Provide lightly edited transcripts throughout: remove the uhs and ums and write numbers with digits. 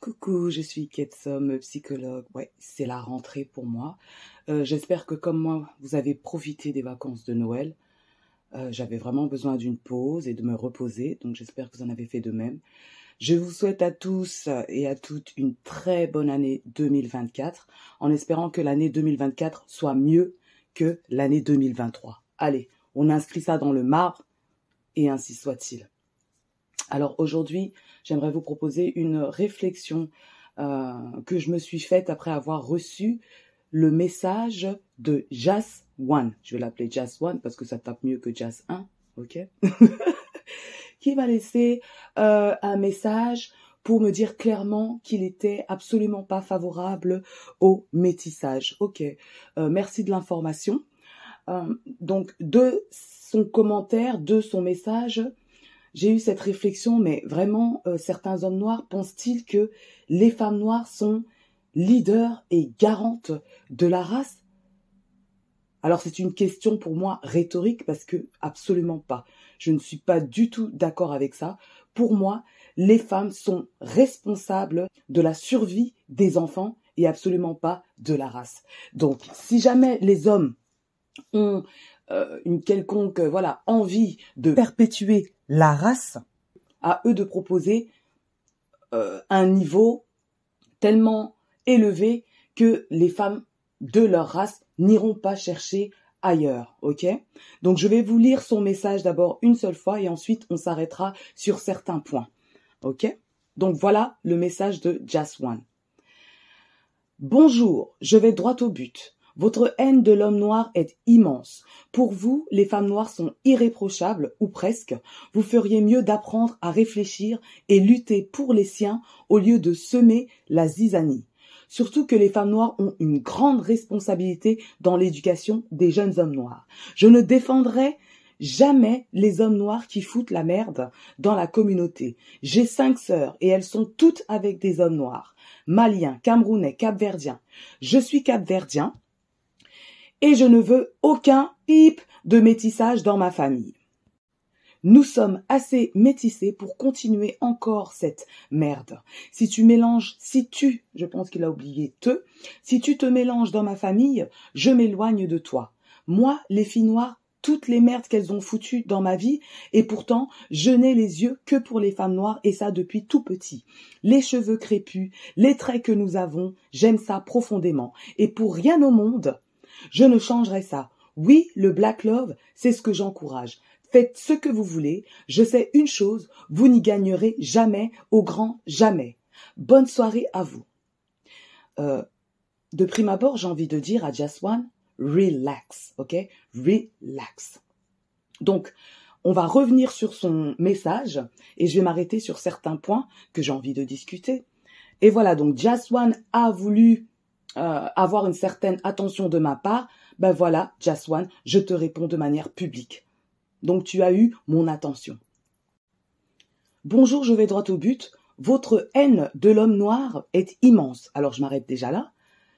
Coucou, je suis Ketsom, psychologue. Ouais, c'est la rentrée pour moi. J'espère que comme moi, vous avez profité des vacances de Noël. J'avais vraiment besoin d'une pause et de me reposer, donc j'espère que vous en avez fait de même. Je vous souhaite à tous et à toutes une très bonne année 2024, en espérant que l'année 2024 soit mieux que l'année 2023. Allez, on inscrit ça dans le marbre et ainsi soit-il. Alors aujourd'hui, j'aimerais vous proposer une réflexion que je me suis faite après avoir reçu le message de Jas One. Je vais l'appeler Jas One parce que ça tape mieux que Jas 1, ok? Qui m'a laissé un message pour me dire clairement qu'il était absolument pas favorable au métissage. Ok, merci de l'information. Donc de son commentaire, de son message, j'ai eu cette réflexion, mais vraiment, certains hommes noirs pensent-ils que les femmes noires sont leaders et garantes de la race? Alors c'est une question pour moi rhétorique parce que absolument pas. Je ne suis pas du tout d'accord avec ça. Pour moi, les femmes sont responsables de la survie des enfants et absolument pas de la race. Donc si jamais les hommes ont une quelconque envie de perpétuer la race, à eux de proposer un niveau tellement élevé que les femmes de leur race n'iront pas chercher ailleurs, ok? Donc je vais vous lire son message d'abord une seule fois et ensuite on s'arrêtera sur certains points, ok? Donc voilà le message de Jas One. Bonjour, je vais droit au but. Votre haine de l'homme noir est immense. Pour vous, les femmes noires sont irréprochables, ou presque. Vous feriez mieux d'apprendre à réfléchir et lutter pour les siens au lieu de semer la zizanie. Surtout que les femmes noires ont une grande responsabilité dans l'éducation des jeunes hommes noirs. Je ne défendrai jamais les hommes noirs qui foutent la merde dans la communauté. J'ai 5 sœurs et elles sont toutes avec des hommes noirs. Maliens, Camerounais, Cap-Verdiens. Je suis Cap-Verdien. Et je ne veux aucun pipe de métissage dans ma famille. Nous sommes assez métissés pour continuer encore cette merde. Si tu te mélanges dans ma famille, je m'éloigne de toi. Moi, les filles noires, toutes les merdes qu'elles ont foutues dans ma vie, et pourtant, je n'ai les yeux que pour les femmes noires, et ça depuis tout petit. Les cheveux crépus, les traits que nous avons, j'aime ça profondément. Et pour rien au monde, je ne changerai ça. Oui, le Black Love, c'est ce que j'encourage. Faites ce que vous voulez. Je sais une chose, vous n'y gagnerez jamais, au grand jamais. Bonne soirée à vous. De prime abord, j'ai envie de dire à Jas One, relax, ok? Relax. Donc, on va revenir sur son message et je vais m'arrêter sur certains points que j'ai envie de discuter. Et voilà, donc Jas One a voulu avoir une certaine attention de ma part, ben voilà, Jas One, je te réponds de manière publique. Donc tu as eu mon attention. Bonjour, je vais droit au but. Votre haine de l'homme noir est immense. Alors je m'arrête déjà là.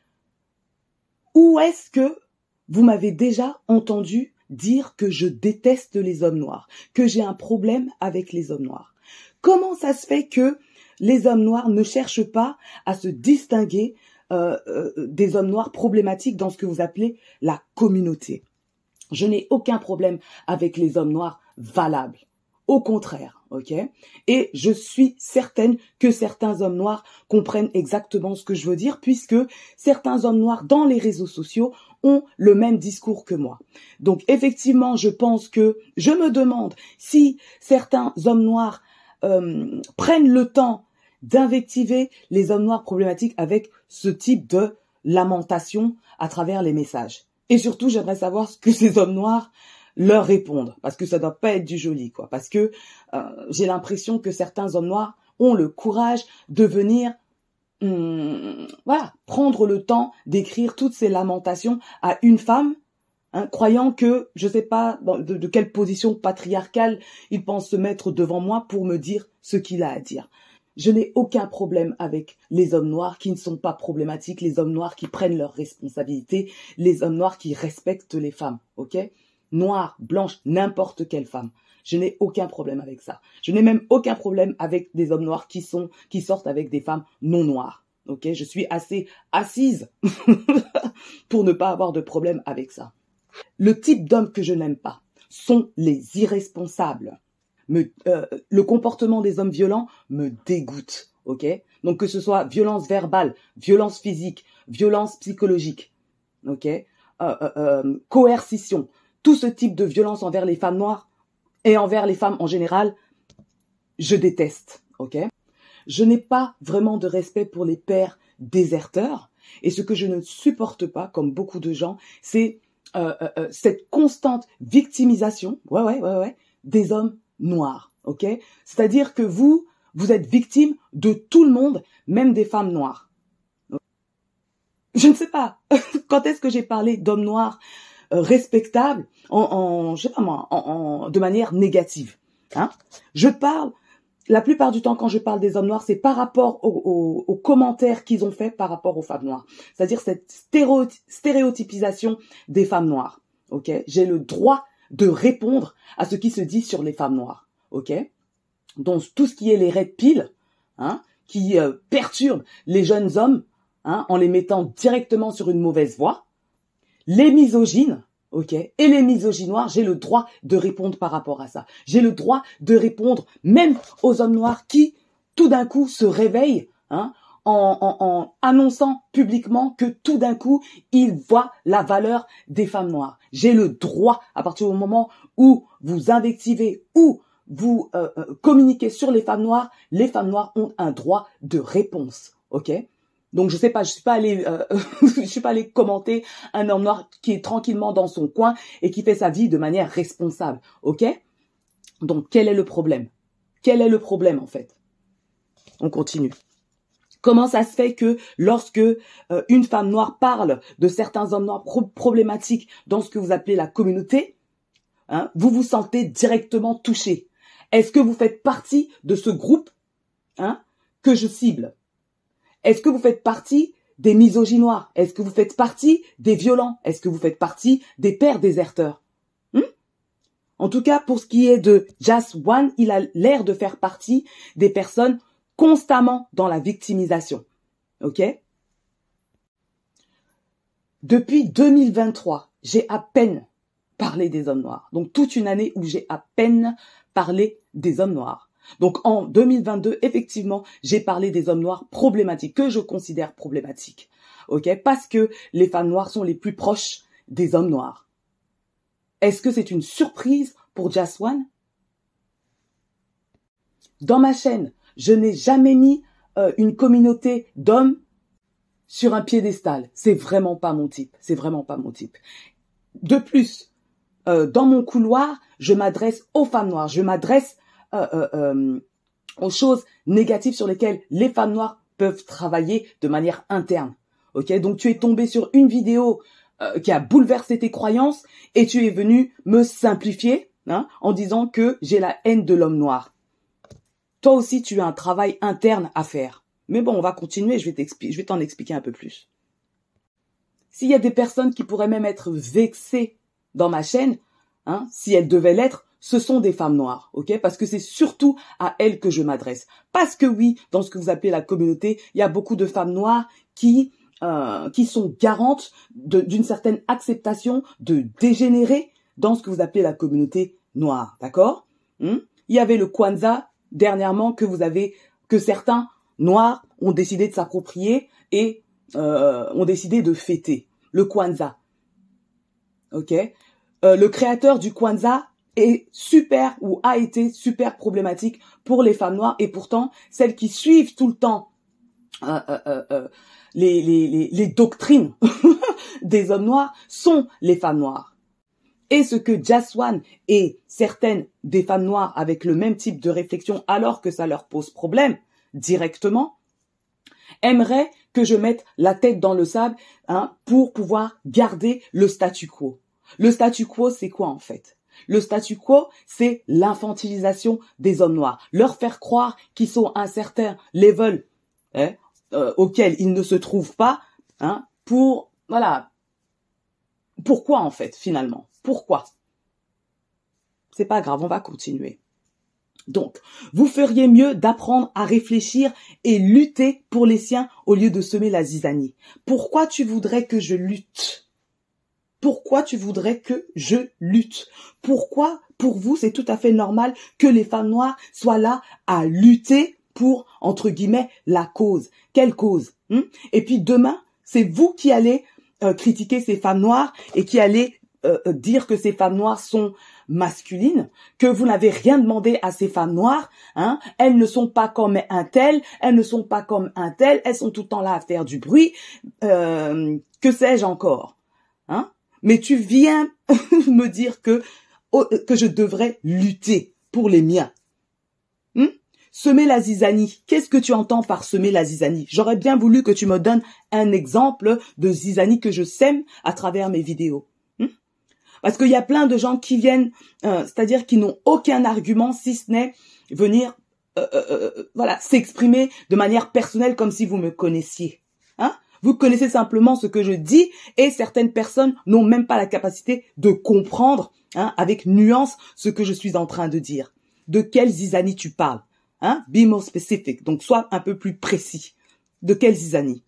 Où est-ce que vous m'avez déjà entendu dire que je déteste les hommes noirs, que j'ai un problème avec les hommes noirs? Comment ça se fait que les hommes noirs ne cherchent pas à se distinguer des hommes noirs problématiques dans ce que vous appelez la communauté? Je n'ai aucun problème avec les hommes noirs valables. Au contraire, ok? Et je suis certaine que certains hommes noirs comprennent exactement ce que je veux dire, puisque certains hommes noirs dans les réseaux sociaux ont le même discours que moi. Donc effectivement, je me demande si certains hommes noirs prennent le temps d'invectiver les hommes noirs problématiques avec ce type de lamentation à travers les messages. Et surtout, j'aimerais savoir ce que ces hommes noirs leur répondent, parce que ça doit pas être du joli, quoi. Parce que j'ai l'impression que certains hommes noirs ont le courage de venir, prendre le temps d'écrire toutes ces lamentations à une femme, croyant que, je sais pas de quelle position patriarcale il pense se mettre devant moi pour me dire ce qu'il a à dire. Je n'ai aucun problème avec les hommes noirs qui ne sont pas problématiques, les hommes noirs qui prennent leurs responsabilités, les hommes noirs qui respectent les femmes, ok? Noire, blanche, n'importe quelle femme. Je n'ai aucun problème avec ça. Je n'ai même aucun problème avec des hommes noirs qui sortent avec des femmes non noires. Ok, je suis assez assise pour ne pas avoir de problème avec ça. Le type d'homme que je n'aime pas sont les irresponsables. Le comportement des hommes violents me dégoûte. Ok, donc que ce soit violence verbale, violence physique, violence psychologique, ok, coercition, tout ce type de violence envers les femmes noires et envers les femmes en général, je déteste. Ok, je n'ai pas vraiment de respect pour les pères déserteurs et ce que je ne supporte pas, comme beaucoup de gens, c'est cette constante victimisation, des hommes noirs. Ok, c'est-à-dire que vous êtes victime de tout le monde, même des femmes noires. Je ne sais pas quand est-ce que j'ai parlé d'hommes noirs respectables je sais pas moi, de manière négative. Hein? Je parle, la plupart du temps quand je parle des hommes noirs, c'est par rapport aux commentaires qu'ils ont fait par rapport aux femmes noires. C'est-à-dire cette stéréotypisation des femmes noires. Ok, j'ai le droit de répondre à ce qui se dit sur les femmes noires. Ok, donc tout ce qui est les red pills, hein, qui perturbent les jeunes hommes, hein, en les mettant directement sur une mauvaise voie, les misogynes, ok, et les misogynoirs, j'ai le droit de répondre par rapport à ça. J'ai le droit de répondre même aux hommes noirs qui, tout d'un coup, se réveillent, hein, en annonçant publiquement que tout d'un coup, ils voient la valeur des femmes noires. J'ai le droit, à partir du moment où vous invectivez ou vous communiquez sur les femmes noires ont un droit de réponse, ok? Donc je sais pas, je suis pas allée commenter un homme noir qui est tranquillement dans son coin et qui fait sa vie de manière responsable, ok? Donc quel est le problème? Quel est le problème en fait? On continue. Comment ça se fait que lorsque une femme noire parle de certains hommes noirs problématiques dans ce que vous appelez la communauté, hein, vous vous sentez directement touché? Est-ce que vous faites partie de ce groupe, hein, que je cible? Est-ce que vous faites partie des misogynoirs? Est-ce que vous faites partie des violents? Est-ce que vous faites partie des pères déserteurs? En tout cas, pour ce qui est de Jas One, il a l'air de faire partie des personnes constamment dans la victimisation. Ok? Depuis 2023, j'ai à peine parlé des hommes noirs. Donc toute une année où j'ai à peine parlé des hommes noirs. Donc en 2022, effectivement, j'ai parlé des hommes noirs problématiques, que je considère problématiques. Ok? Parce que les femmes noires sont les plus proches des hommes noirs. Est-ce que c'est une surprise pour Jas One? Dans ma chaîne, je n'ai jamais mis une communauté d'hommes sur un piédestal. C'est vraiment pas mon type. C'est vraiment pas mon type. De plus, dans mon couloir, je m'adresse aux femmes noires. Je m'adresse aux choses négatives sur lesquelles les femmes noires peuvent travailler de manière interne. Ok? Donc tu es tombé sur une vidéo qui a bouleversé tes croyances et tu es venu me simplifier, hein, en disant que j'ai la haine de l'homme noir. Toi aussi, tu as un travail interne à faire. Mais bon, on va continuer, je vais t'en expliquer un peu plus. S'il y a des personnes qui pourraient même être vexées dans ma chaîne, hein, si elles devaient l'être, ce sont des femmes noires, ok? Parce que c'est surtout à elles que je m'adresse. Parce que oui, dans ce que vous appelez la communauté, il y a beaucoup de femmes noires qui sont garantes d'une certaine acceptation de dégénérer dans ce que vous appelez la communauté noire, d'accord? Il y avait le Kwanzaa dernièrement que certains noirs ont décidé de s'approprier et ont décidé de fêter le Kwanzaa, ok? Le créateur du Kwanzaa est super ou a été super problématique pour les femmes noires et pourtant celles qui suivent tout le temps les doctrines des hommes noirs sont les femmes noires. Et ce que Jas One et certaines des femmes noires avec le même type de réflexion alors que ça leur pose problème directement aimeraient que je mette la tête dans le sable, hein, pour pouvoir garder le statu quo. Le statu quo, c'est quoi en fait? Le statu quo, c'est l'infantilisation des hommes noirs. Leur faire croire qu'ils sont à un certain level, hein, auquel ils ne se trouvent pas, hein, voilà. Pourquoi en fait, finalement? Pourquoi? C'est pas grave, on va continuer. Donc, vous feriez mieux d'apprendre à réfléchir et lutter pour les siens au lieu de semer la zizanie. Pourquoi tu voudrais que je lutte? Pourquoi tu voudrais que je lutte? Pourquoi, pour vous, c'est tout à fait normal que les femmes noires soient là à lutter pour, entre guillemets, la cause? Quelle cause? Et puis demain, c'est vous qui allez critiquer ces femmes noires et qui allez dire que ces femmes noires sont masculines, que vous n'avez rien demandé à ces femmes noires, elles ne sont pas comme un tel, elles ne sont pas comme un tel, elles sont tout le temps là à faire du bruit, que sais-je encore, mais tu viens me dire que je devrais lutter pour les miens. Semer la zizanie. Qu'est-ce que tu entends par semer la zizanie? J'aurais bien voulu que tu me donnes un exemple de zizanie que je sème à travers mes vidéos. Parce qu'il y a plein de gens qui viennent, c'est-à-dire qui n'ont aucun argument si ce n'est venir, s'exprimer de manière personnelle comme si vous me connaissiez. Vous connaissez simplement ce que je dis et certaines personnes n'ont même pas la capacité de comprendre, avec nuance, ce que je suis en train de dire. De quelle zizanie tu parles? Be more specific. Donc, sois un peu plus précis. De quelle zizanie?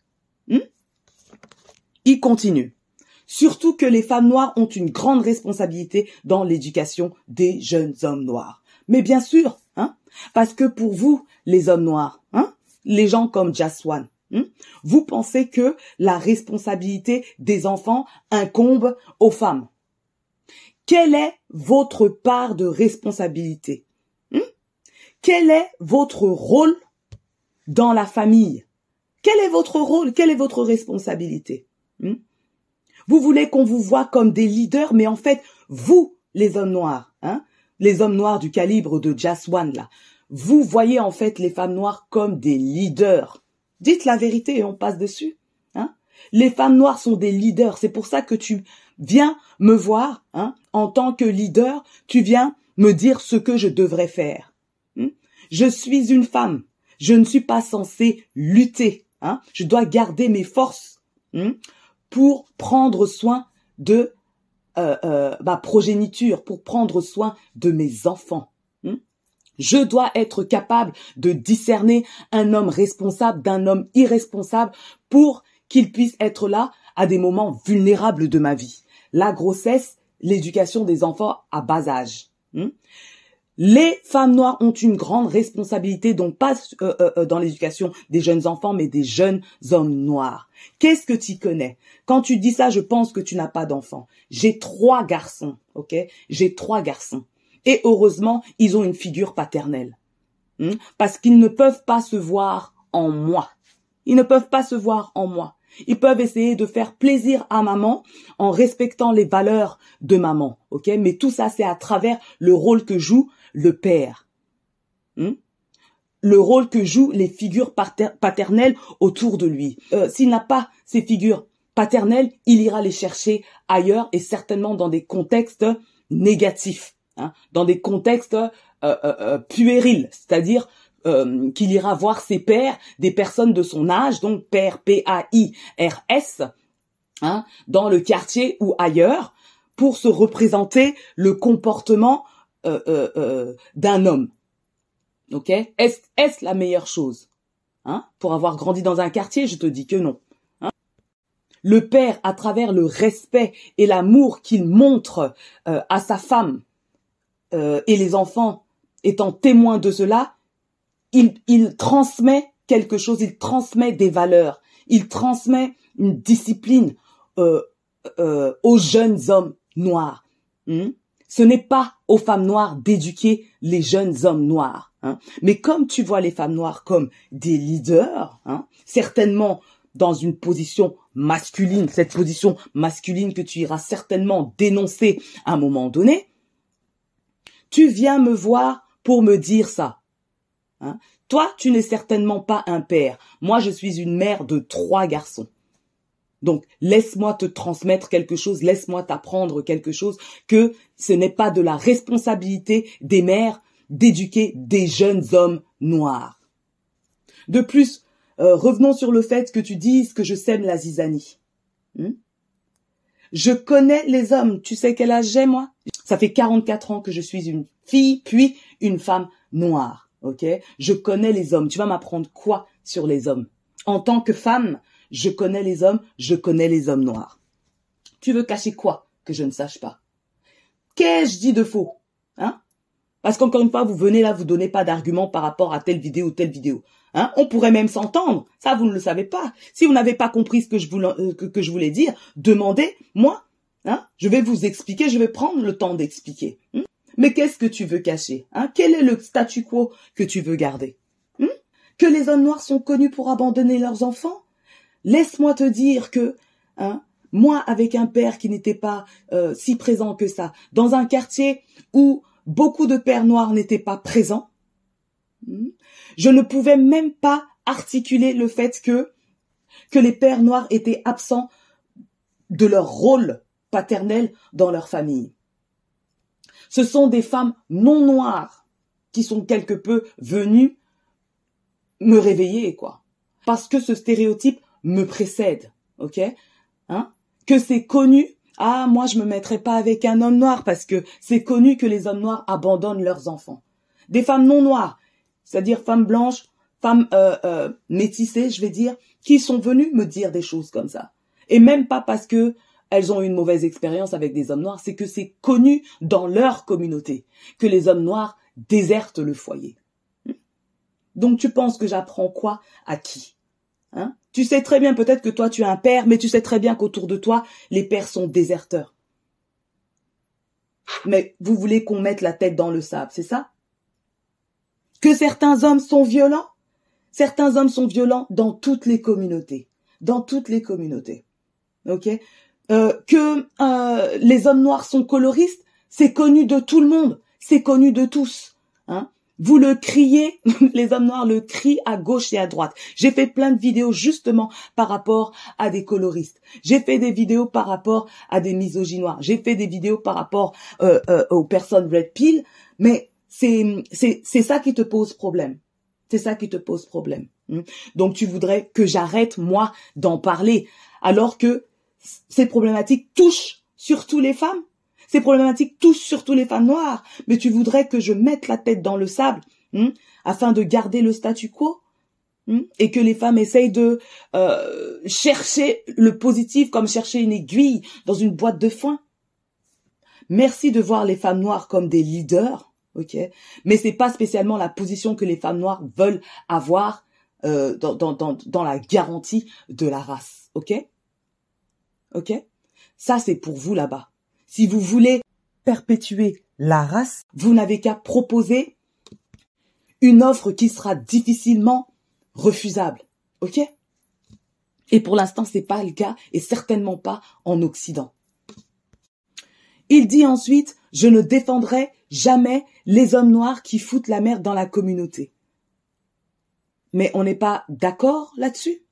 Il continue. Surtout que les femmes noires ont une grande responsabilité dans l'éducation des jeunes hommes noirs. Mais bien sûr, parce que pour vous, les hommes noirs, les gens comme Jaswan, vous pensez que la responsabilité des enfants incombe aux femmes. Quelle est votre part de responsabilité? Quel est votre rôle dans la famille? Quel est votre rôle? Quelle est votre responsabilité? Vous voulez qu'on vous voie comme des leaders, mais en fait, vous, les hommes noirs, les hommes noirs du calibre de Jaswan, là, vous voyez en fait les femmes noires comme des leaders. Dites la vérité et on passe dessus. Les femmes noires sont des leaders. C'est pour ça que tu viens me voir, en tant que leader, tu viens me dire ce que je devrais faire. Je suis une femme. Je ne suis pas censée lutter. Je dois garder mes forces pour prendre soin de ma progéniture, pour prendre soin de mes enfants. Je dois être capable de discerner un homme responsable d'un homme irresponsable pour qu'il puisse être là à des moments vulnérables de ma vie. La grossesse, l'éducation des enfants à bas âge. Les femmes noires ont une grande responsabilité, donc pas dans l'éducation des jeunes enfants, mais des jeunes hommes noirs. Qu'est-ce que tu connais? Quand tu dis ça, je pense que tu n'as pas d'enfants. J'ai 3 garçons, ok? J'ai 3 garçons. Et heureusement, ils ont une figure paternelle. Parce qu'ils ne peuvent pas se voir en moi. Ils ne peuvent pas se voir en moi. Ils peuvent essayer de faire plaisir à maman en respectant les valeurs de maman, ok? Mais tout ça, c'est à travers le rôle que joue le père. Le rôle que jouent les figures paternelles autour de lui. S'il n'a pas ces figures paternelles, il ira les chercher ailleurs et certainement dans des contextes négatifs, dans des contextes puérils, c'est-à-dire qu'il ira voir ses pairs, des personnes de son âge, donc père P-A-I-R-S, dans le quartier ou ailleurs, pour se représenter le comportement d'un homme. Ok? Est-ce la meilleure chose? Pour avoir grandi dans un quartier, je te dis que non. Le père, à travers le respect et l'amour qu'il montre à sa femme et les enfants étant témoins de cela, il transmet quelque chose, il transmet des valeurs, il transmet une discipline aux jeunes hommes noirs. Ce n'est pas aux femmes noires d'éduquer les jeunes hommes noirs. Mais comme tu vois les femmes noires comme des leaders, certainement dans une position masculine, cette position masculine que tu iras certainement dénoncer à un moment donné, tu viens me voir pour me dire ça. Toi, tu n'es certainement pas un père. Moi, je suis une mère de 3 garçons. Donc, laisse-moi te transmettre quelque chose, laisse-moi t'apprendre quelque chose, que ce n'est pas de la responsabilité des mères d'éduquer des jeunes hommes noirs. De plus, revenons sur le fait que tu dises que je sème la zizanie. Je connais les hommes. Tu sais quel âge j'ai, moi? Ça fait 44 ans que je suis une fille, puis une femme noire. Ok? Je connais les hommes. Tu vas m'apprendre quoi sur les hommes? En tant que femme, je connais les hommes, je connais les hommes noirs. Tu veux cacher quoi que je ne sache pas? Qu'ai-je dit de faux? Hein? Parce qu'encore une fois, vous venez là, vous donnez pas d'arguments par rapport à telle vidéo ou telle vidéo. Hein? On pourrait même s'entendre. Ça, vous ne le savez pas. Si vous n'avez pas compris ce que je voulais dire, demandez, moi. Hein? Je vais vous expliquer, je vais prendre le temps d'expliquer. Mais qu'est-ce que tu veux cacher? Hein? Quel est le statu quo que tu veux garder? Que les hommes noirs sont connus pour abandonner leurs enfants? Laisse-moi te dire que, moi, avec un père qui n'était pas si présent que ça, dans un quartier où beaucoup de pères noirs n'étaient pas présents, je ne pouvais même pas articuler le fait que les pères noirs étaient absents de leur rôle paternel dans leur famille. Ce sont des femmes non noires qui sont quelque peu venues me réveiller, quoi. Parce que ce stéréotype me précède, ok? Que c'est connu. Ah, moi, je me mettrai pas avec un homme noir parce que c'est connu que les hommes noirs abandonnent leurs enfants. Des femmes non noires, c'est-à-dire femmes blanches, femmes métissées, je vais dire, qui sont venues me dire des choses comme ça. Et même pas parce que elles ont eu une mauvaise expérience avec des hommes noirs, c'est que c'est connu dans leur communauté que les hommes noirs désertent le foyer. Donc tu penses que j'apprends quoi à qui? Tu sais très bien peut-être que toi tu as un père, mais tu sais très bien qu'autour de toi, les pères sont déserteurs. Mais vous voulez qu'on mette la tête dans le sable, c'est ça? Que certains hommes sont violents? Certains hommes sont violents dans toutes les communautés. Dans toutes les communautés. Ok? Que les hommes noirs sont coloristes, c'est connu de tout le monde. C'est connu de tous. Vous le criez, les hommes noirs le crient à gauche et à droite. J'ai fait plein de vidéos justement par rapport à des coloristes. J'ai fait des vidéos par rapport à des misogynoirs. J'ai fait des vidéos par rapport aux personnes red pill. Mais c'est ça qui te pose problème. C'est ça qui te pose problème. Donc tu voudrais que j'arrête, moi, d'en parler, alors que ces problématiques touchent surtout les femmes. Ces problématiques touchent surtout les femmes noires, mais tu voudrais que je mette la tête dans le sable afin de garder le statu quo et que les femmes essayent de chercher le positif comme chercher une aiguille dans une boîte de foin. Merci de voir les femmes noires comme des leaders, ok, mais c'est pas spécialement la position que les femmes noires veulent avoir dans la garantie de la race, ok? Ok? Ça, c'est pour vous là-bas. Si vous voulez perpétuer la race, vous n'avez qu'à proposer une offre qui sera difficilement refusable. Ok? Et pour l'instant, c'est pas le cas et certainement pas en Occident. Il dit ensuite, je ne défendrai jamais les hommes noirs qui foutent la merde dans la communauté. Mais on n'est pas d'accord là-dessus?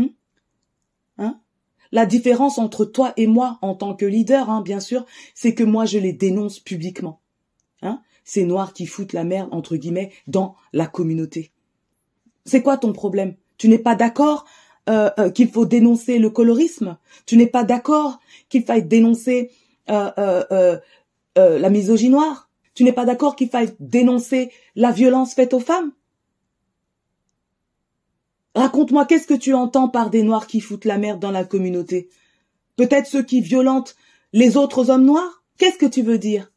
La différence entre toi et moi en tant que leader, bien sûr, c'est que moi je les dénonce publiquement. Ces noirs qui foutent la merde, entre guillemets, dans la communauté. C'est quoi ton problème? Tu n'es pas d'accord qu'il faut dénoncer le colorisme? Tu n'es pas d'accord qu'il faille dénoncer la misogynoire? Tu n'es pas d'accord qu'il faille dénoncer la violence faite aux femmes? Raconte-moi, qu'est-ce que tu entends par des noirs qui foutent la merde dans la communauté? Peut-être ceux qui violentent les autres hommes noirs? Qu'est-ce que tu veux dire?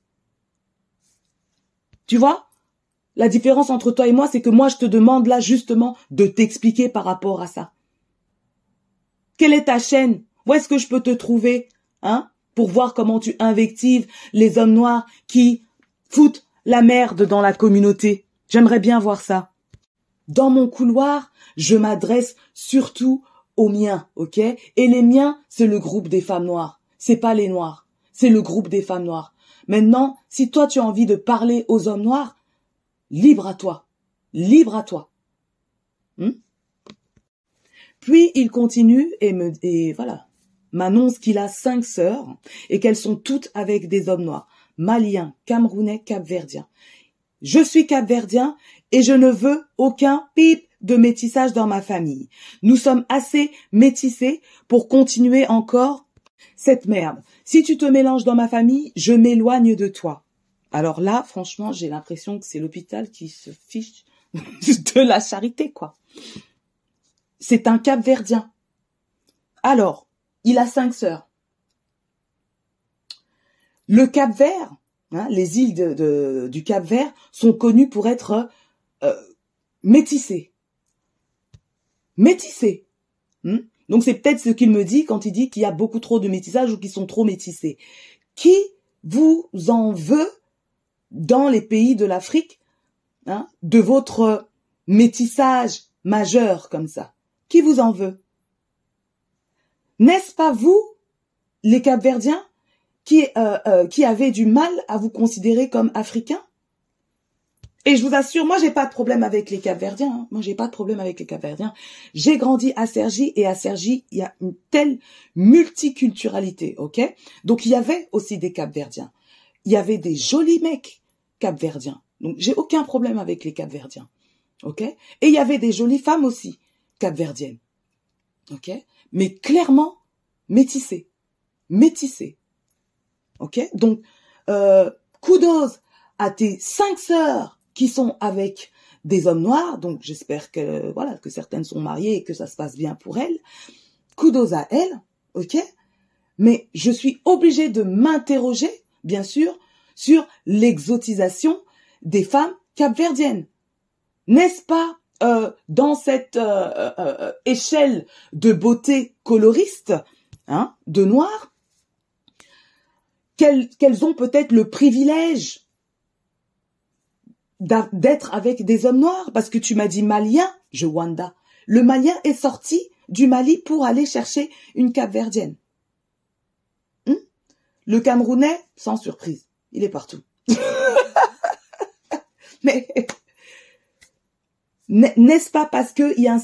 Tu vois? La différence entre toi et moi, c'est que moi, je te demande là, justement, de t'expliquer par rapport à ça. Quelle est ta chaîne? Où est-ce que je peux te trouver? Pour voir comment tu invectives les hommes noirs qui foutent la merde dans la communauté. J'aimerais bien voir ça. Dans mon couloir, je m'adresse surtout aux miens, ok? Et les miens, c'est le groupe des femmes noires. C'est pas les noirs. C'est le groupe des femmes noires. Maintenant, si toi tu as envie de parler aux hommes noirs, libre à toi. Libre à toi. Puis il continue et voilà, m'annonce qu'il a 5 sœurs et qu'elles sont toutes avec des hommes noirs. Maliens, Camerounais, Cap-Verdiens. Je suis Cap-Verdien et je ne veux aucun pip de métissage dans ma famille. Nous sommes assez métissés pour continuer encore Cette merde. Si tu te mélanges dans ma famille, je m'éloigne de toi. Alors là, franchement, j'ai l'impression que c'est l'hôpital qui se fiche de la charité, quoi. C'est un Cap-Verdien. Alors, il a 5 sœurs. Le Cap-Vert, hein, les îles du Cap-Vert sont connues pour être métissées. Métissées. Donc c'est peut-être ce qu'il me dit quand il dit qu'il y a beaucoup trop de métissage ou qu'ils sont trop métissés. Qui vous en veut dans les pays de l'Afrique, hein, de votre métissage majeur comme ça? Qui vous en veut? N'est-ce pas vous, les Cap-Verdiens, qui avez du mal à vous considérer comme Africains? Et je vous assure, moi, j'ai pas de problème avec les Cap-Verdiens. Hein. Moi, j'ai pas de problème avec les Cap-Verdiens. J'ai grandi à Cergy et à Cergy, il y a une telle multiculturalité, ok? Donc, il y avait aussi des Cap-Verdiens. Il y avait des jolis mecs Cap-Verdiens. Donc, j'ai aucun problème avec les Cap-Verdiens, ok? Et il y avait des jolies femmes aussi Cap-Verdiennes, ok? Mais clairement métissées, ok? Donc, kudos à tes 5 sœurs qui sont avec des hommes noirs, donc j'espère que voilà que certaines sont mariées et que ça se passe bien pour elles. Kudos à elles, ok? Mais je suis obligée de m'interroger, bien sûr, sur l'exotisation des femmes capverdiennes. N'est-ce pas dans cette échelle de beauté coloriste, hein, de noir, qu'elles ont peut-être le privilège d'être avec des hommes noirs, parce que tu m'as dit malien, je Wanda. Le malien est sorti du Mali pour aller chercher une Cap-Verdienne. Le Camerounais, sans surprise, il est partout. Mais n'est-ce pas parce que il y a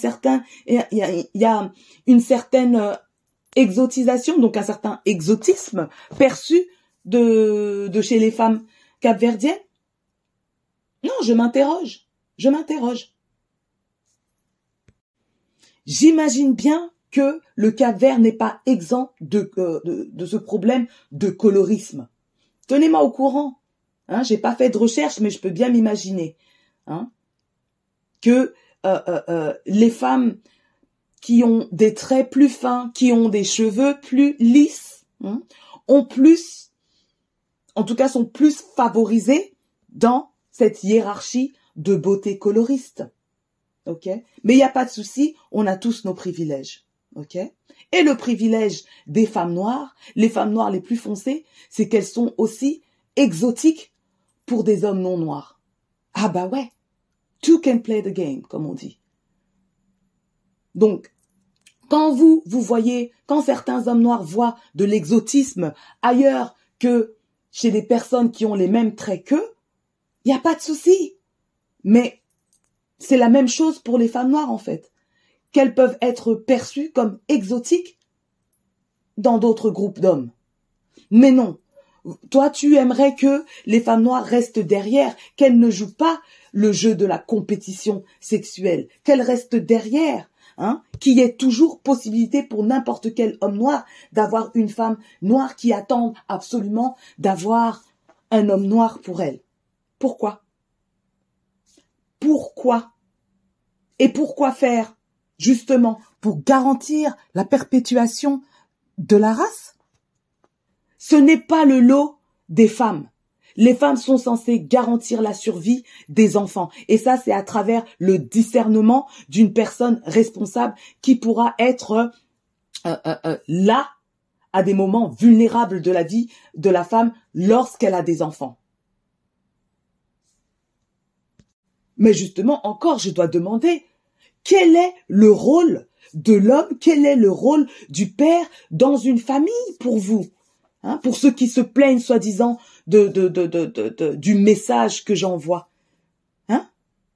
une certaine exotisation, donc un certain exotisme perçu de chez les femmes capverdiennes? Non, je m'interroge. J'imagine bien que le Cap-Vert n'est pas exempt de ce problème de colorisme. Tenez-moi au courant. Hein, j'ai pas fait de recherche, mais je peux bien m'imaginer, hein, que les femmes qui ont des traits plus fins, qui ont des cheveux plus lisses, hein, ont plus, en tout cas sont plus favorisées dans cette hiérarchie de beauté coloriste. Ok? Mais il n'y a pas de souci, on a tous nos privilèges. Ok? Et le privilège des femmes noires, les femmes noires les plus foncées, c'est qu'elles sont aussi exotiques pour des hommes non noirs. Ah bah ouais, two can play the game, comme on dit. Donc, quand vous voyez, quand certains hommes noirs voient de l'exotisme ailleurs que chez des personnes qui ont les mêmes traits qu'eux, il n'y a pas de souci. Mais c'est la même chose pour les femmes noires, en fait. Qu'elles peuvent être perçues comme exotiques dans d'autres groupes d'hommes. Mais non. Toi, tu aimerais que les femmes noires restent derrière, qu'elles ne jouent pas le jeu de la compétition sexuelle, qu'elles restent derrière, hein, qu'il y ait toujours possibilité pour n'importe quel homme noir d'avoir une femme noire qui attend absolument d'avoir un homme noir pour elle. Pourquoi? Pourquoi? Et pourquoi faire? Justement, pour garantir la perpétuation de la race? Ce n'est pas le lot des femmes. Les femmes sont censées garantir la survie des enfants. Et ça, c'est à travers le discernement d'une personne responsable qui pourra être là à des moments vulnérables de la vie de la femme lorsqu'elle a des enfants. Mais justement, encore, je dois demander, quel est le rôle de l'homme, quel est le rôle du père dans une famille pour vous, hein, pour ceux qui se plaignent soi-disant du message que j'envoie, hein?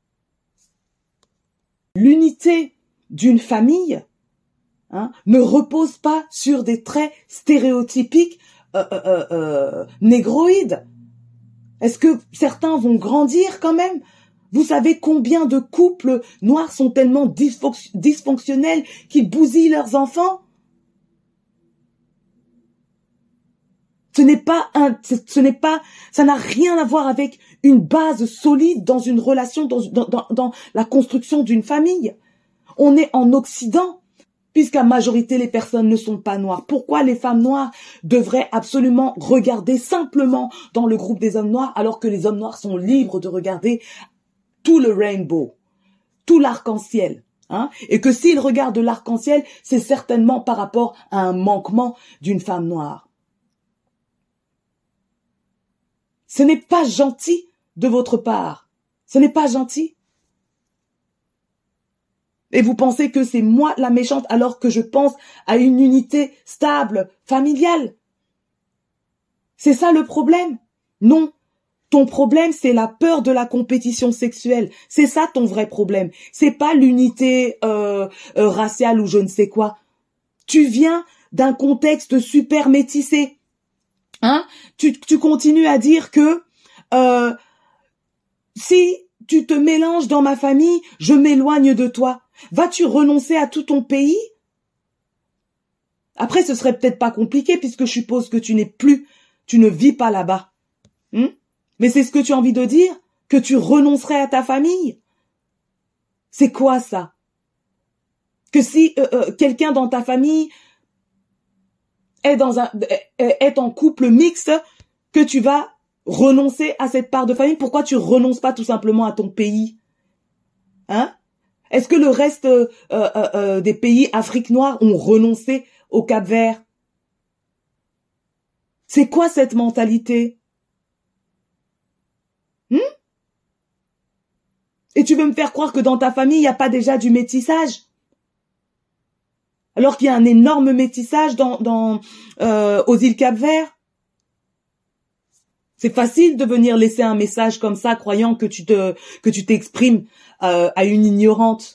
L'unité d'une famille, hein, ne repose pas sur des traits stéréotypiques négroïdes. Est-ce que certains vont grandir quand même? Vous savez combien de couples noirs sont tellement dysfonctionnels qu'ils bousillent leurs enfants? Ça n'a rien à voir avec une base solide dans une relation, dans la construction d'une famille. On est en Occident, puisqu'à majorité les personnes ne sont pas noires. Pourquoi les femmes noires devraient absolument regarder simplement dans le groupe des hommes noirs, alors que les hommes noirs sont libres de regarder tout le rainbow, tout l'arc-en-ciel, hein? Et que s'ils regardent l'arc-en-ciel, c'est certainement par rapport à un manquement d'une femme noire. Ce n'est pas gentil de votre part. Ce n'est pas gentil. Et vous pensez que c'est moi la méchante alors que je pense à une unité stable, familiale. C'est ça le problème? Non. Ton problème, c'est la peur de la compétition sexuelle. C'est ça ton vrai problème. C'est pas l'unité raciale ou je ne sais quoi. Tu viens d'un contexte super métissé. Hein? Tu continues à dire que si tu te mélanges dans ma famille, je m'éloigne de toi. Vas-tu renoncer à tout ton pays? Après, ce serait peut-être pas compliqué puisque je suppose que tu ne vis pas là-bas. Mais c'est ce que tu as envie de dire? Que tu renoncerais à ta famille? C'est quoi ça? Que si quelqu'un dans ta famille est en couple mixte, que tu vas renoncer à cette part de famille? Pourquoi tu renonces pas tout simplement à ton pays? Hein? Est-ce que le reste des pays Afrique noire ont renoncé au Cap-Vert? C'est quoi cette mentalité? Et tu veux me faire croire que dans ta famille, il n'y a pas déjà du métissage? Alors qu'il y a un énorme métissage aux îles Cap-Vert? C'est facile de venir laisser un message comme ça, croyant que tu t'exprimes à une ignorante.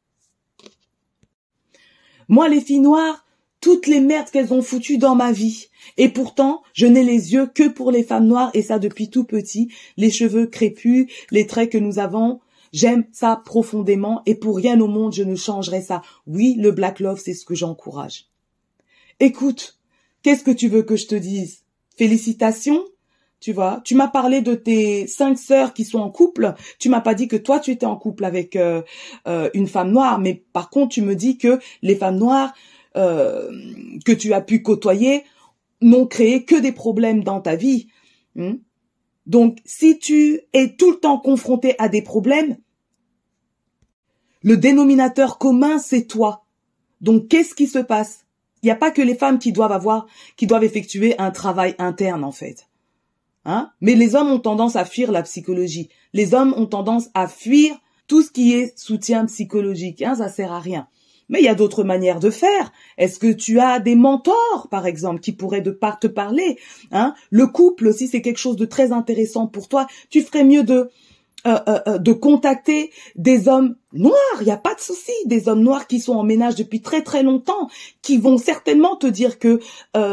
Moi, les filles noires, toutes les merdes qu'elles ont foutues dans ma vie. Et pourtant, je n'ai les yeux que pour les femmes noires, et ça depuis tout petit. Les cheveux crépus, les traits que nous avons, j'aime ça profondément, et pour rien au monde, je ne changerai ça. Oui, le Black Love, c'est ce que j'encourage. Écoute, qu'est-ce que tu veux que je te dise? Félicitations. Tu vois, tu m'as parlé de tes 5 sœurs qui sont en couple. Tu m'as pas dit que toi tu étais en couple avec une femme noire, mais par contre tu me dis que les femmes noires que tu as pu côtoyer n'ont créé que des problèmes dans ta vie. Donc si tu es tout le temps confronté à des problèmes, le dénominateur commun c'est toi. Donc qu'est-ce qui se passe? Il n'y a pas que les femmes qui doivent effectuer un travail interne en fait. Hein? Mais les hommes ont tendance à fuir la psychologie. Les hommes ont tendance à fuir tout ce qui est soutien psychologique. Hein? Ça sert à rien. Mais il y a d'autres manières de faire. Est-ce que tu as des mentors, par exemple, qui pourraient te parler? Hein? Le couple aussi, c'est quelque chose de très intéressant pour toi. Tu ferais mieux de contacter des hommes noirs. Il n'y a pas de souci. Des hommes noirs qui sont en ménage depuis très très longtemps, qui vont certainement te dire que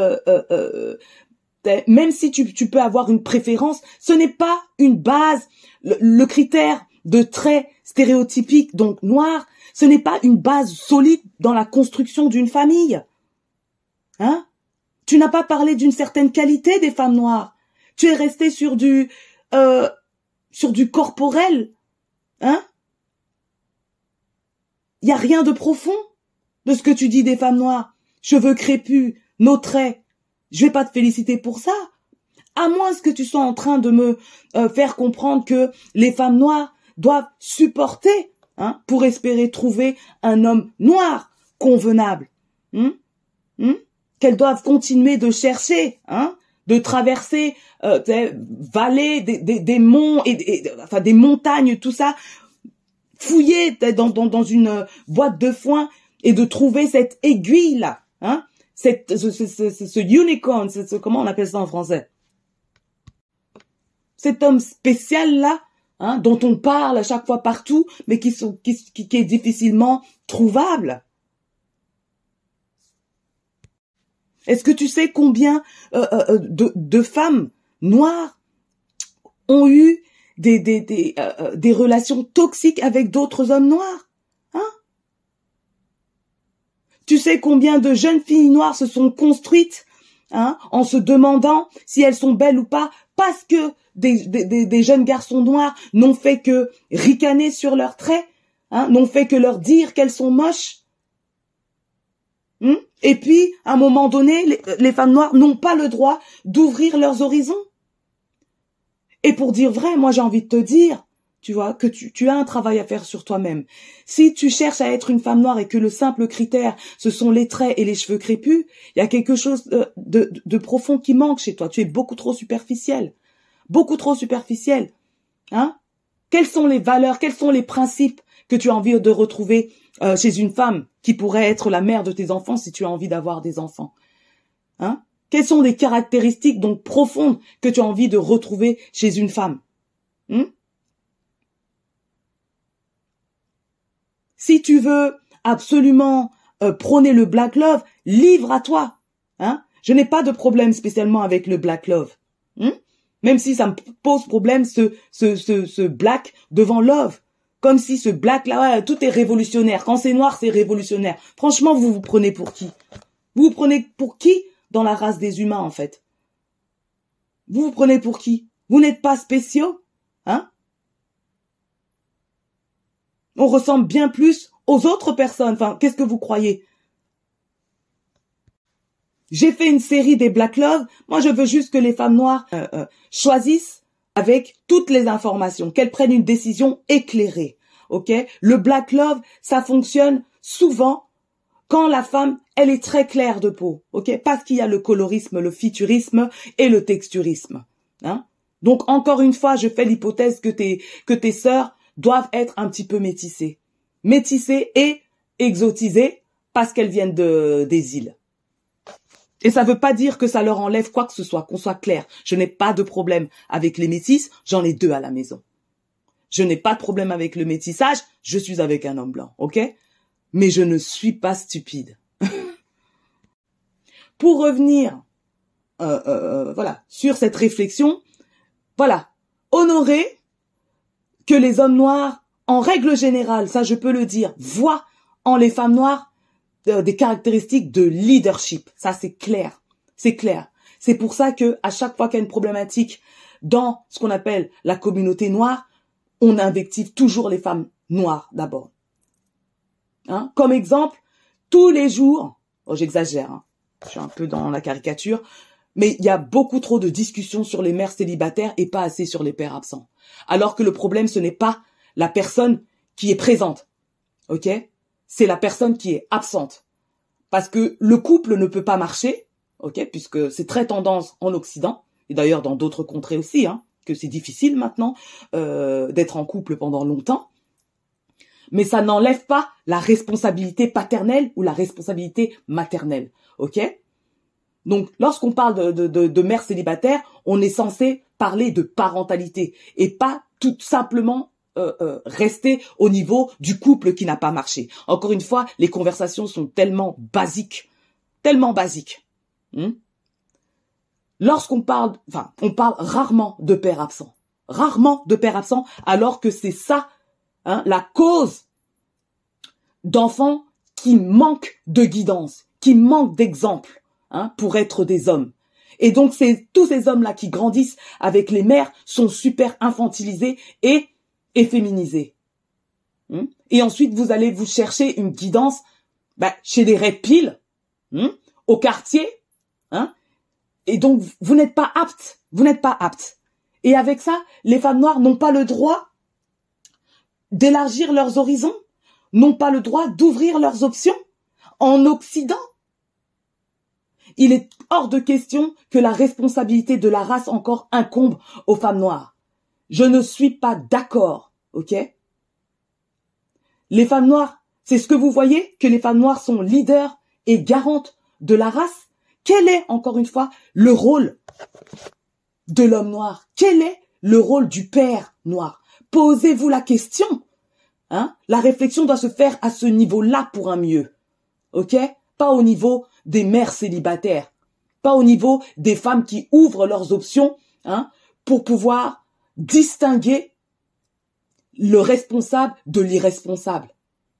même si tu peux avoir une préférence, ce n'est pas une base. Le critère de trait stéréotypique, donc noir, ce n'est pas une base solide dans la construction d'une famille. Hein? Tu n'as pas parlé d'une certaine qualité des femmes noires. Tu es resté sur du corporel. Hein? Il n'y a rien de profond de ce que tu dis des femmes noires. Cheveux crépus, nos traits. Je vais pas te féliciter pour ça. À moins que tu sois en train de me faire comprendre que les femmes noires doivent supporter, hein, pour espérer trouver un homme noir convenable. Qu'elles doivent continuer de chercher, hein, de traverser des vallées, des monts, enfin des montagnes, tout ça, fouiller dans une boîte de foin et de trouver cette aiguille là, hein. Ce unicorn, comment on appelle ça en français? Cet homme spécial là, hein, dont on parle à chaque fois partout, mais qui est difficilement trouvable. Est-ce que tu sais combien de femmes noires ont eu des relations toxiques avec d'autres hommes noirs? Tu sais combien de jeunes filles noires se sont construites hein, en se demandant si elles sont belles ou pas, parce que des jeunes garçons noirs n'ont fait que ricaner sur leurs traits, hein, n'ont fait que leur dire qu'elles sont moches. Et puis, à un moment donné, les femmes noires n'ont pas le droit d'ouvrir leurs horizons. Et pour dire vrai, moi j'ai envie de te dire, tu vois, que tu as un travail à faire sur toi-même. Si tu cherches à être une femme noire et que le simple critère, ce sont les traits et les cheveux crépus, il y a quelque chose de profond qui manque chez toi. Tu es beaucoup trop superficiel. Beaucoup trop superficiel. Hein? Quelles sont les valeurs, quels sont les principes que tu as envie de retrouver chez une femme qui pourrait être la mère de tes enfants si tu as envie d'avoir des enfants? Hein? Quelles sont les caractéristiques donc profondes que tu as envie de retrouver chez une femme? Si tu veux absolument prôner le Black Love, livre à toi. Hein? Je n'ai pas de problème spécialement avec le Black Love. Même si ça me pose problème ce Black devant Love. Comme si ce Black là, ouais, tout est révolutionnaire. Quand c'est noir, c'est révolutionnaire. Franchement, vous vous prenez pour qui? Vous vous prenez pour qui dans la race des humains, en fait? Vous vous prenez pour qui? Vous n'êtes pas spéciaux? Hein? On ressemble bien plus aux autres personnes. Enfin, qu'est-ce que vous croyez? J'ai fait une série des Black Love. Moi, je veux juste que les femmes noires choisissent avec toutes les informations, qu'elles prennent une décision éclairée. Ok? Le Black Love, ça fonctionne souvent quand la femme, elle est très claire de peau. Ok? Parce qu'il y a le colorisme, le futurisme et le texturisme. Hein? Donc, encore une fois, je fais l'hypothèse que tes sœurs doivent être un petit peu métissées. Métissées et exotisées parce qu'elles viennent des îles. Et ça veut pas dire que ça leur enlève quoi que ce soit, qu'on soit clair. Je n'ai pas de problème avec les métis, j'en ai 2 à la maison. Je n'ai pas de problème avec le métissage, je suis avec un homme blanc, ok? Mais je ne suis pas stupide. Pour revenir, voilà, sur cette réflexion, voilà, honorer que les hommes noirs, en règle générale, ça je peux le dire, voient en les femmes noires des caractéristiques de leadership. Ça, c'est clair. C'est clair. C'est pour ça que à chaque fois qu'il y a une problématique dans ce qu'on appelle la communauté noire, on invective toujours les femmes noires d'abord. Hein? Comme exemple, tous les jours, j'exagère, hein, je suis un peu dans la caricature, mais il y a beaucoup trop de discussions sur les mères célibataires et pas assez sur les pères absents. Alors que le problème, ce n'est pas la personne qui est présente. Ok? C'est la personne qui est absente. Parce que le couple ne peut pas marcher, ok, puisque c'est très tendance en Occident, et d'ailleurs dans d'autres contrées aussi, hein, que c'est difficile maintenant d'être en couple pendant longtemps. Mais ça n'enlève pas la responsabilité paternelle ou la responsabilité maternelle, ok? Donc, lorsqu'on parle de mère célibataire, on est censé parler de parentalité et pas tout simplement rester au niveau du couple qui n'a pas marché. Encore une fois, les conversations sont tellement basiques. Lorsqu'on parle, on parle rarement de père absent. Rarement de père absent, alors que c'est ça, hein, la cause d'enfants qui manquent de guidance, qui manquent d'exemple, hein, pour être des hommes. Et donc, c'est tous ces hommes-là qui grandissent avec les mères sont super infantilisés et féminisés. Et ensuite, vous allez vous chercher une guidance chez des red pills, au quartier, hein, et donc vous n'êtes pas apte. Et avec ça, les femmes noires n'ont pas le droit d'élargir leurs horizons, n'ont pas le droit d'ouvrir leurs options en Occident. Il est hors de question que la responsabilité de la race encore incombe aux femmes noires. Je ne suis pas d'accord, ok? Les femmes noires, c'est ce que vous voyez, que les femmes noires sont leaders et garantes de la race. Quel est, encore une fois, le rôle de l'homme noir? Quel est le rôle du père noir? Posez-vous la question. Hein? La réflexion doit se faire à ce niveau-là pour un mieux. Ok? Pas au niveau des mères célibataires. Pas au niveau des femmes qui ouvrent leurs options, hein, pour pouvoir distinguer le responsable de l'irresponsable.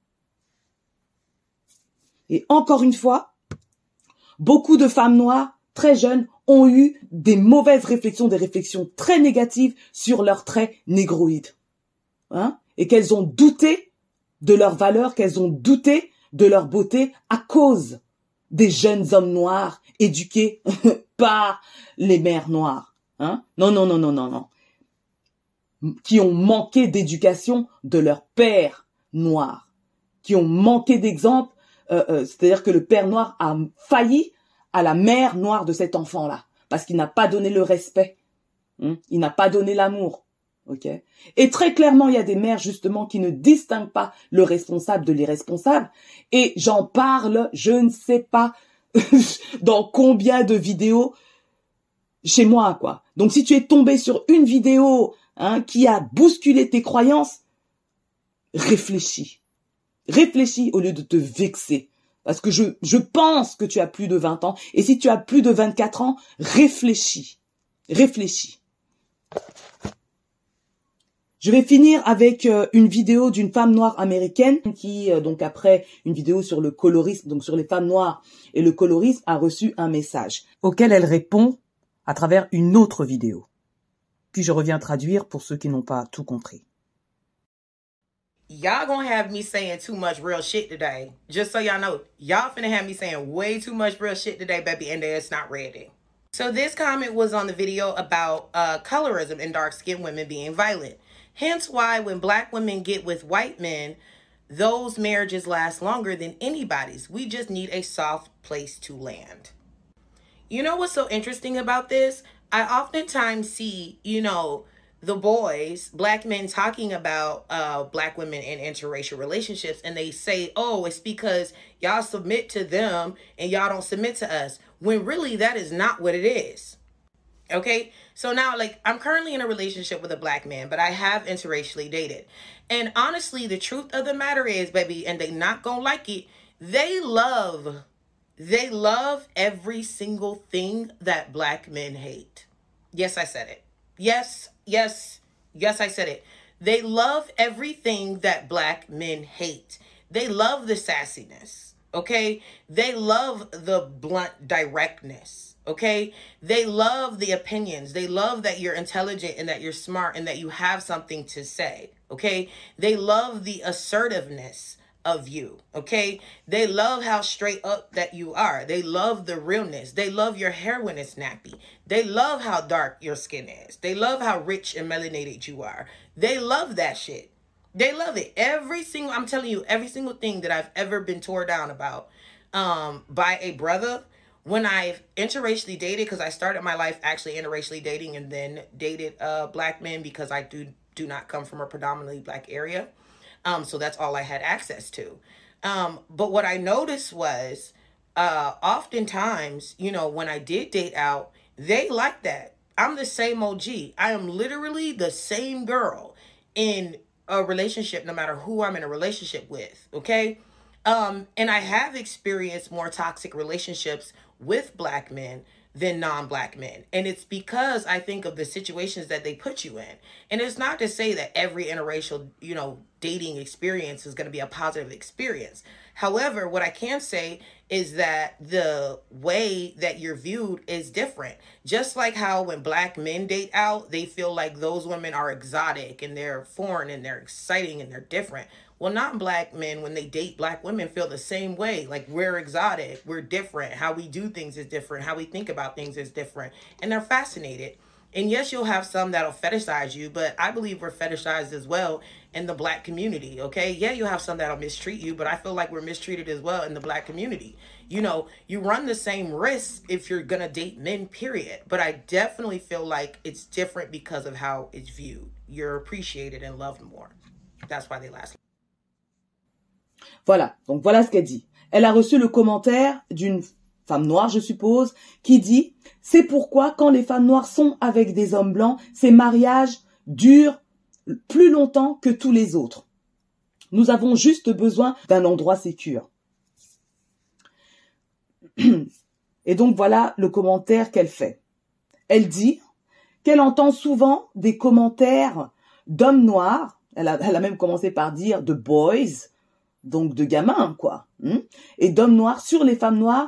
Et encore une fois, beaucoup de femmes noires très jeunes, ont eu des mauvaises réflexions, des réflexions très négatives sur leurs traits négroïdes. Hein? Et qu'elles ont douté de leur valeur, qu'elles ont douté de leur beauté à cause des jeunes hommes noirs éduqués par les mères noires. Hein? Non, non, non, non, non, non. Qui ont manqué d'éducation de leur père noir. Qui ont manqué d'exemple, c'est-à-dire que le père noir a failli à la mère noire de cet enfant-là. Parce qu'il n'a pas donné le respect. Hein? Il n'a pas donné l'amour. Okay. Et très clairement, il y a des mères justement qui ne distinguent pas le responsable de l'irresponsable. Et j'en parle, je ne sais pas dans combien de vidéos chez moi, quoi. Donc si tu es tombé sur une vidéo qui a bousculé tes croyances, réfléchis. Réfléchis au lieu de te vexer. Parce que je pense que tu as plus de 20 ans. Et si tu as plus de 24 ans, réfléchis. Réfléchis. Je vais finir avec une vidéo d'une femme noire américaine qui, donc après une vidéo sur le colorisme, donc sur les femmes noires et le colorisme, a reçu un message auquel elle répond à travers une autre vidéo. Puis je reviens traduire pour ceux qui n'ont pas tout compris. Y'all gonna have me saying too much real shit today. Just so y'all know, y'all finna have me saying way too much real shit today, baby, and it's not ready. So this comment was on the video about colorism and dark-skinned women being violent. Hence why when black women get with white men, those marriages last longer than anybody's. We just need a soft place to land. You know what's so interesting about this? I oftentimes see, the boys, black men talking about black women in interracial relationships, and they say, oh, it's because y'all submit to them and y'all don't submit to us, when really that is not what it is. Okay, so now, I'm currently in a relationship with a black man, but I have interracially dated. And honestly, the truth of the matter is, baby, and they not gonna like it, they love every single thing that black men hate. Yes, I said it. Yes, I said it. They love everything that black men hate. They love the sassiness, okay? They love the blunt directness. Okay, they love the opinions. They love that you're intelligent and that you're smart and that you have something to say. Okay, they love the assertiveness of you. Okay, they love how straight up that you are. They love the realness. They love your hair when it's nappy. They love how dark your skin is. They love how rich and melanated you are. They love that shit. They love it. I'm telling you, every single thing that I've ever been tore down about by a brother. When I've interracially dated, because I started my life actually interracially dating and then dated black men because I do not come from a predominantly black area. So that's all I had access to. But what I noticed was oftentimes, when I did date out, they like that. I'm the same OG. I am literally the same girl in a relationship, no matter who I'm in a relationship with. Okay. And I have experienced more toxic relationships with black men than non-black men. And it's because I think of the situations that they put you in. And it's not to say that every interracial, dating experience is going to be a positive experience. However, what I can say is that the way that you're viewed is different. Just like how when black men date out, they feel like those women are exotic and they're foreign and they're exciting and they're different. Well, non-black men, when they date black women, feel the same way. Like, we're exotic, we're different. How we do things is different. How we think about things is different. And they're fascinated. And yes, you'll have some that'll fetishize you, but I believe we're fetishized as well in the black community, okay? Yeah, you'll have some that'll mistreat you, but I feel like we're mistreated as well in the black community. You run the same risk if you're gonna date men, period. But I definitely feel like it's different because of how it's viewed. You're appreciated and loved more. That's why they last. Voilà, donc voilà ce qu'elle dit. Elle a reçu le commentaire d'une femme noire, je suppose, qui dit « C'est pourquoi quand les femmes noires sont avec des hommes blancs, ces mariages durent plus longtemps que tous les autres. Nous avons juste besoin d'un endroit sécure. » Et donc voilà le commentaire qu'elle fait. Elle dit qu'elle entend souvent des commentaires d'hommes noirs, elle a même commencé par dire « de boys », donc de gamins, quoi, et d'hommes noirs sur les femmes noires,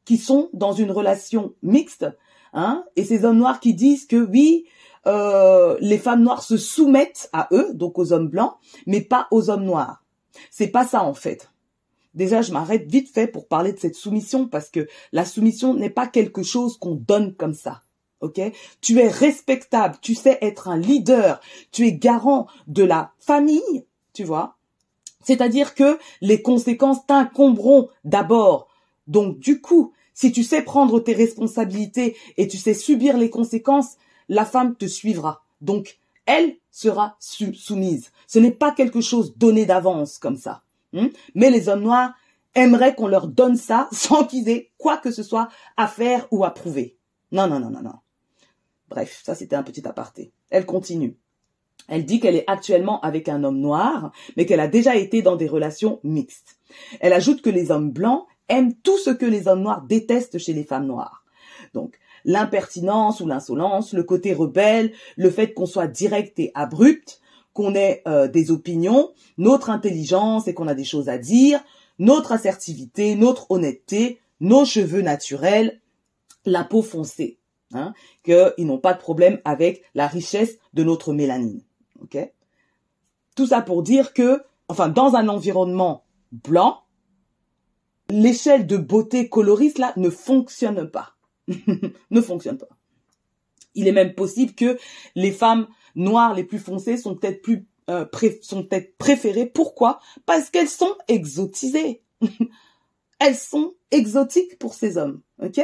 qui sont dans une relation mixte, hein, et ces hommes noirs qui disent que oui, les femmes noires se soumettent à eux, donc aux hommes blancs, mais pas aux hommes noirs. C'est pas ça en fait. Déjà, je m'arrête vite fait pour parler de cette soumission parce que la soumission n'est pas quelque chose qu'on donne comme ça. Ok? Tu es respectable, tu sais être un leader, tu es garant de la famille, tu vois? C'est-à-dire que les conséquences t'incomberont d'abord. Donc, du coup, si tu sais prendre tes responsabilités et tu sais subir les conséquences, la femme te suivra. Donc, elle sera soumise. Ce n'est pas quelque chose donné d'avance comme ça. Mais les hommes noirs aimeraient qu'on leur donne ça sans qu'ils aient quoi que ce soit à faire ou à prouver. Non, non, non, non, non. Bref, ça c'était un petit aparté. Elle continue. Elle dit qu'elle est actuellement avec un homme noir, mais qu'elle a déjà été dans des relations mixtes. Elle ajoute que les hommes blancs aiment tout ce que les hommes noirs détestent chez les femmes noires. Donc, l'impertinence ou l'insolence, le côté rebelle, le fait qu'on soit direct et abrupt, qu'on ait des opinions, notre intelligence et qu'on a des choses à dire, notre assertivité, notre honnêteté, nos cheveux naturels, la peau foncée, hein, qu'ils n'ont pas de problème avec la richesse de notre mélanine. Okay? Tout ça pour dire que, enfin, dans un environnement blanc, l'échelle de beauté coloriste là ne fonctionne pas. Ne fonctionne pas. Il est même possible que les femmes noires les plus foncées sont peut-être préférées. Pourquoi? Parce qu'elles sont exotisées. Elles sont exotiques pour ces hommes. Ok?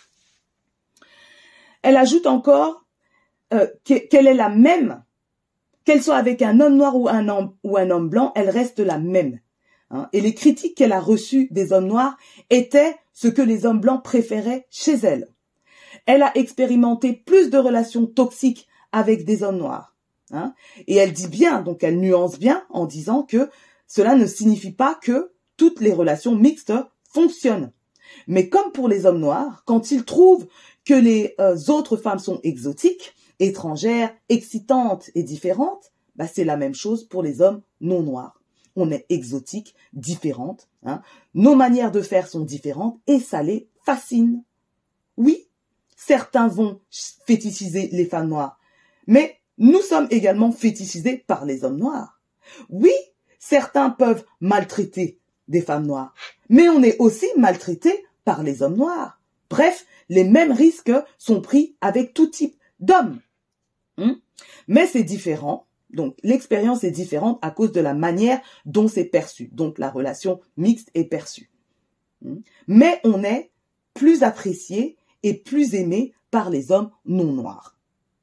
Elle ajoute encore qu'elle est la même, qu'elle soit avec un homme noir ou un homme blanc, elle reste la même. Hein? Et les critiques qu'elle a reçues des hommes noirs étaient ce que les hommes blancs préféraient chez elle. Elle a expérimenté plus de relations toxiques avec des hommes noirs. Hein? Et elle dit bien, donc elle nuance bien en disant que cela ne signifie pas que toutes les relations mixtes fonctionnent. Mais comme pour les hommes noirs, quand ils trouvent que les autres femmes sont exotiques, étrangères, excitantes et différentes, bah c'est la même chose pour les hommes non noirs. On est exotique, différente. Hein? Nos manières de faire sont différentes et ça les fascine. Oui, certains vont fétichiser les femmes noires, mais nous sommes également fétichisés par les hommes noirs. Oui, certains peuvent maltraiter des femmes noires, mais on est aussi maltraités par les hommes noirs. Bref, les mêmes risques sont pris avec tout type d'hommes. Mais c'est différent. Donc, l'expérience est différente à cause de la manière dont c'est perçu. Donc, la relation mixte est perçue. Mais on est plus apprécié et plus aimé par les hommes non noirs.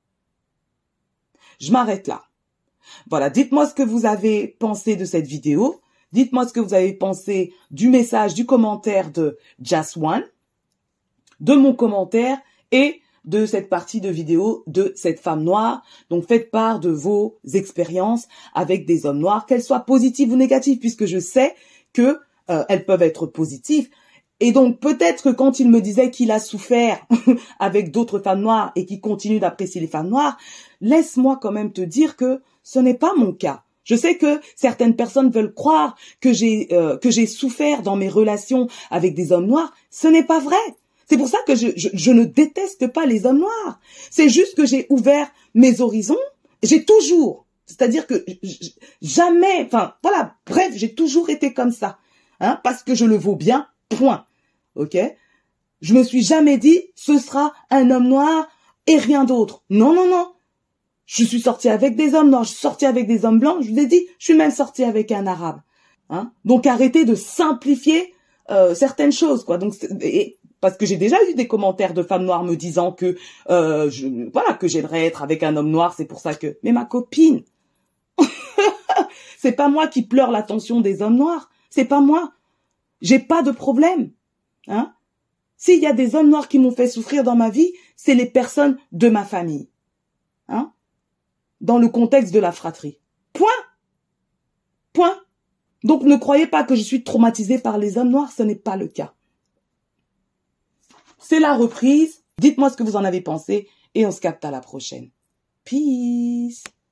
Je m'arrête là. Voilà, dites-moi ce que vous avez pensé de cette vidéo. Dites-moi ce que vous avez pensé du message, du commentaire de Just One, de mon commentaire et de cette partie de vidéo de cette femme noire. Donc, faites part de vos expériences avec des hommes noirs, qu'elles soient positives ou négatives, puisque je sais que elles peuvent être positives. Et donc, peut-être que quand il me disait qu'il a souffert avec d'autres femmes noires et qu'il continue d'apprécier les femmes noires, laisse-moi quand même te dire que ce n'est pas mon cas. Je sais que certaines personnes veulent croire que j'ai souffert dans mes relations avec des hommes noirs. Ce n'est pas vrai. C'est pour ça que je ne déteste pas les hommes noirs. C'est juste que j'ai ouvert mes horizons. J'ai toujours, c'est-à-dire que jamais, enfin voilà, bref, j'ai toujours été comme ça, hein, parce que je le vaux bien. Point. Ok? Je me suis jamais dit ce sera un homme noir et rien d'autre. Non, non, non. Je suis sortie avec des hommes noirs, je suis sortie avec des hommes blancs. Je vous ai dit, je suis même sortie avec un arabe. Hein? Donc arrêtez de simplifier certaines choses, quoi. Donc parce que j'ai déjà eu des commentaires de femmes noires me disant que voilà, que j'aimerais être avec un homme noir, c'est pour ça que. Mais ma copine, c'est pas moi qui pleure l'attention des hommes noirs. C'est pas moi. J'ai pas de problème. Hein? S'il y a des hommes noirs qui m'ont fait souffrir dans ma vie, c'est les personnes de ma famille. Hein? Dans le contexte de la fratrie. Point. Point. Donc ne croyez pas que je suis traumatisée par les hommes noirs, ce n'est pas le cas. C'est la reprise. Dites-moi ce que vous en avez pensé et on se capte à la prochaine. Peace.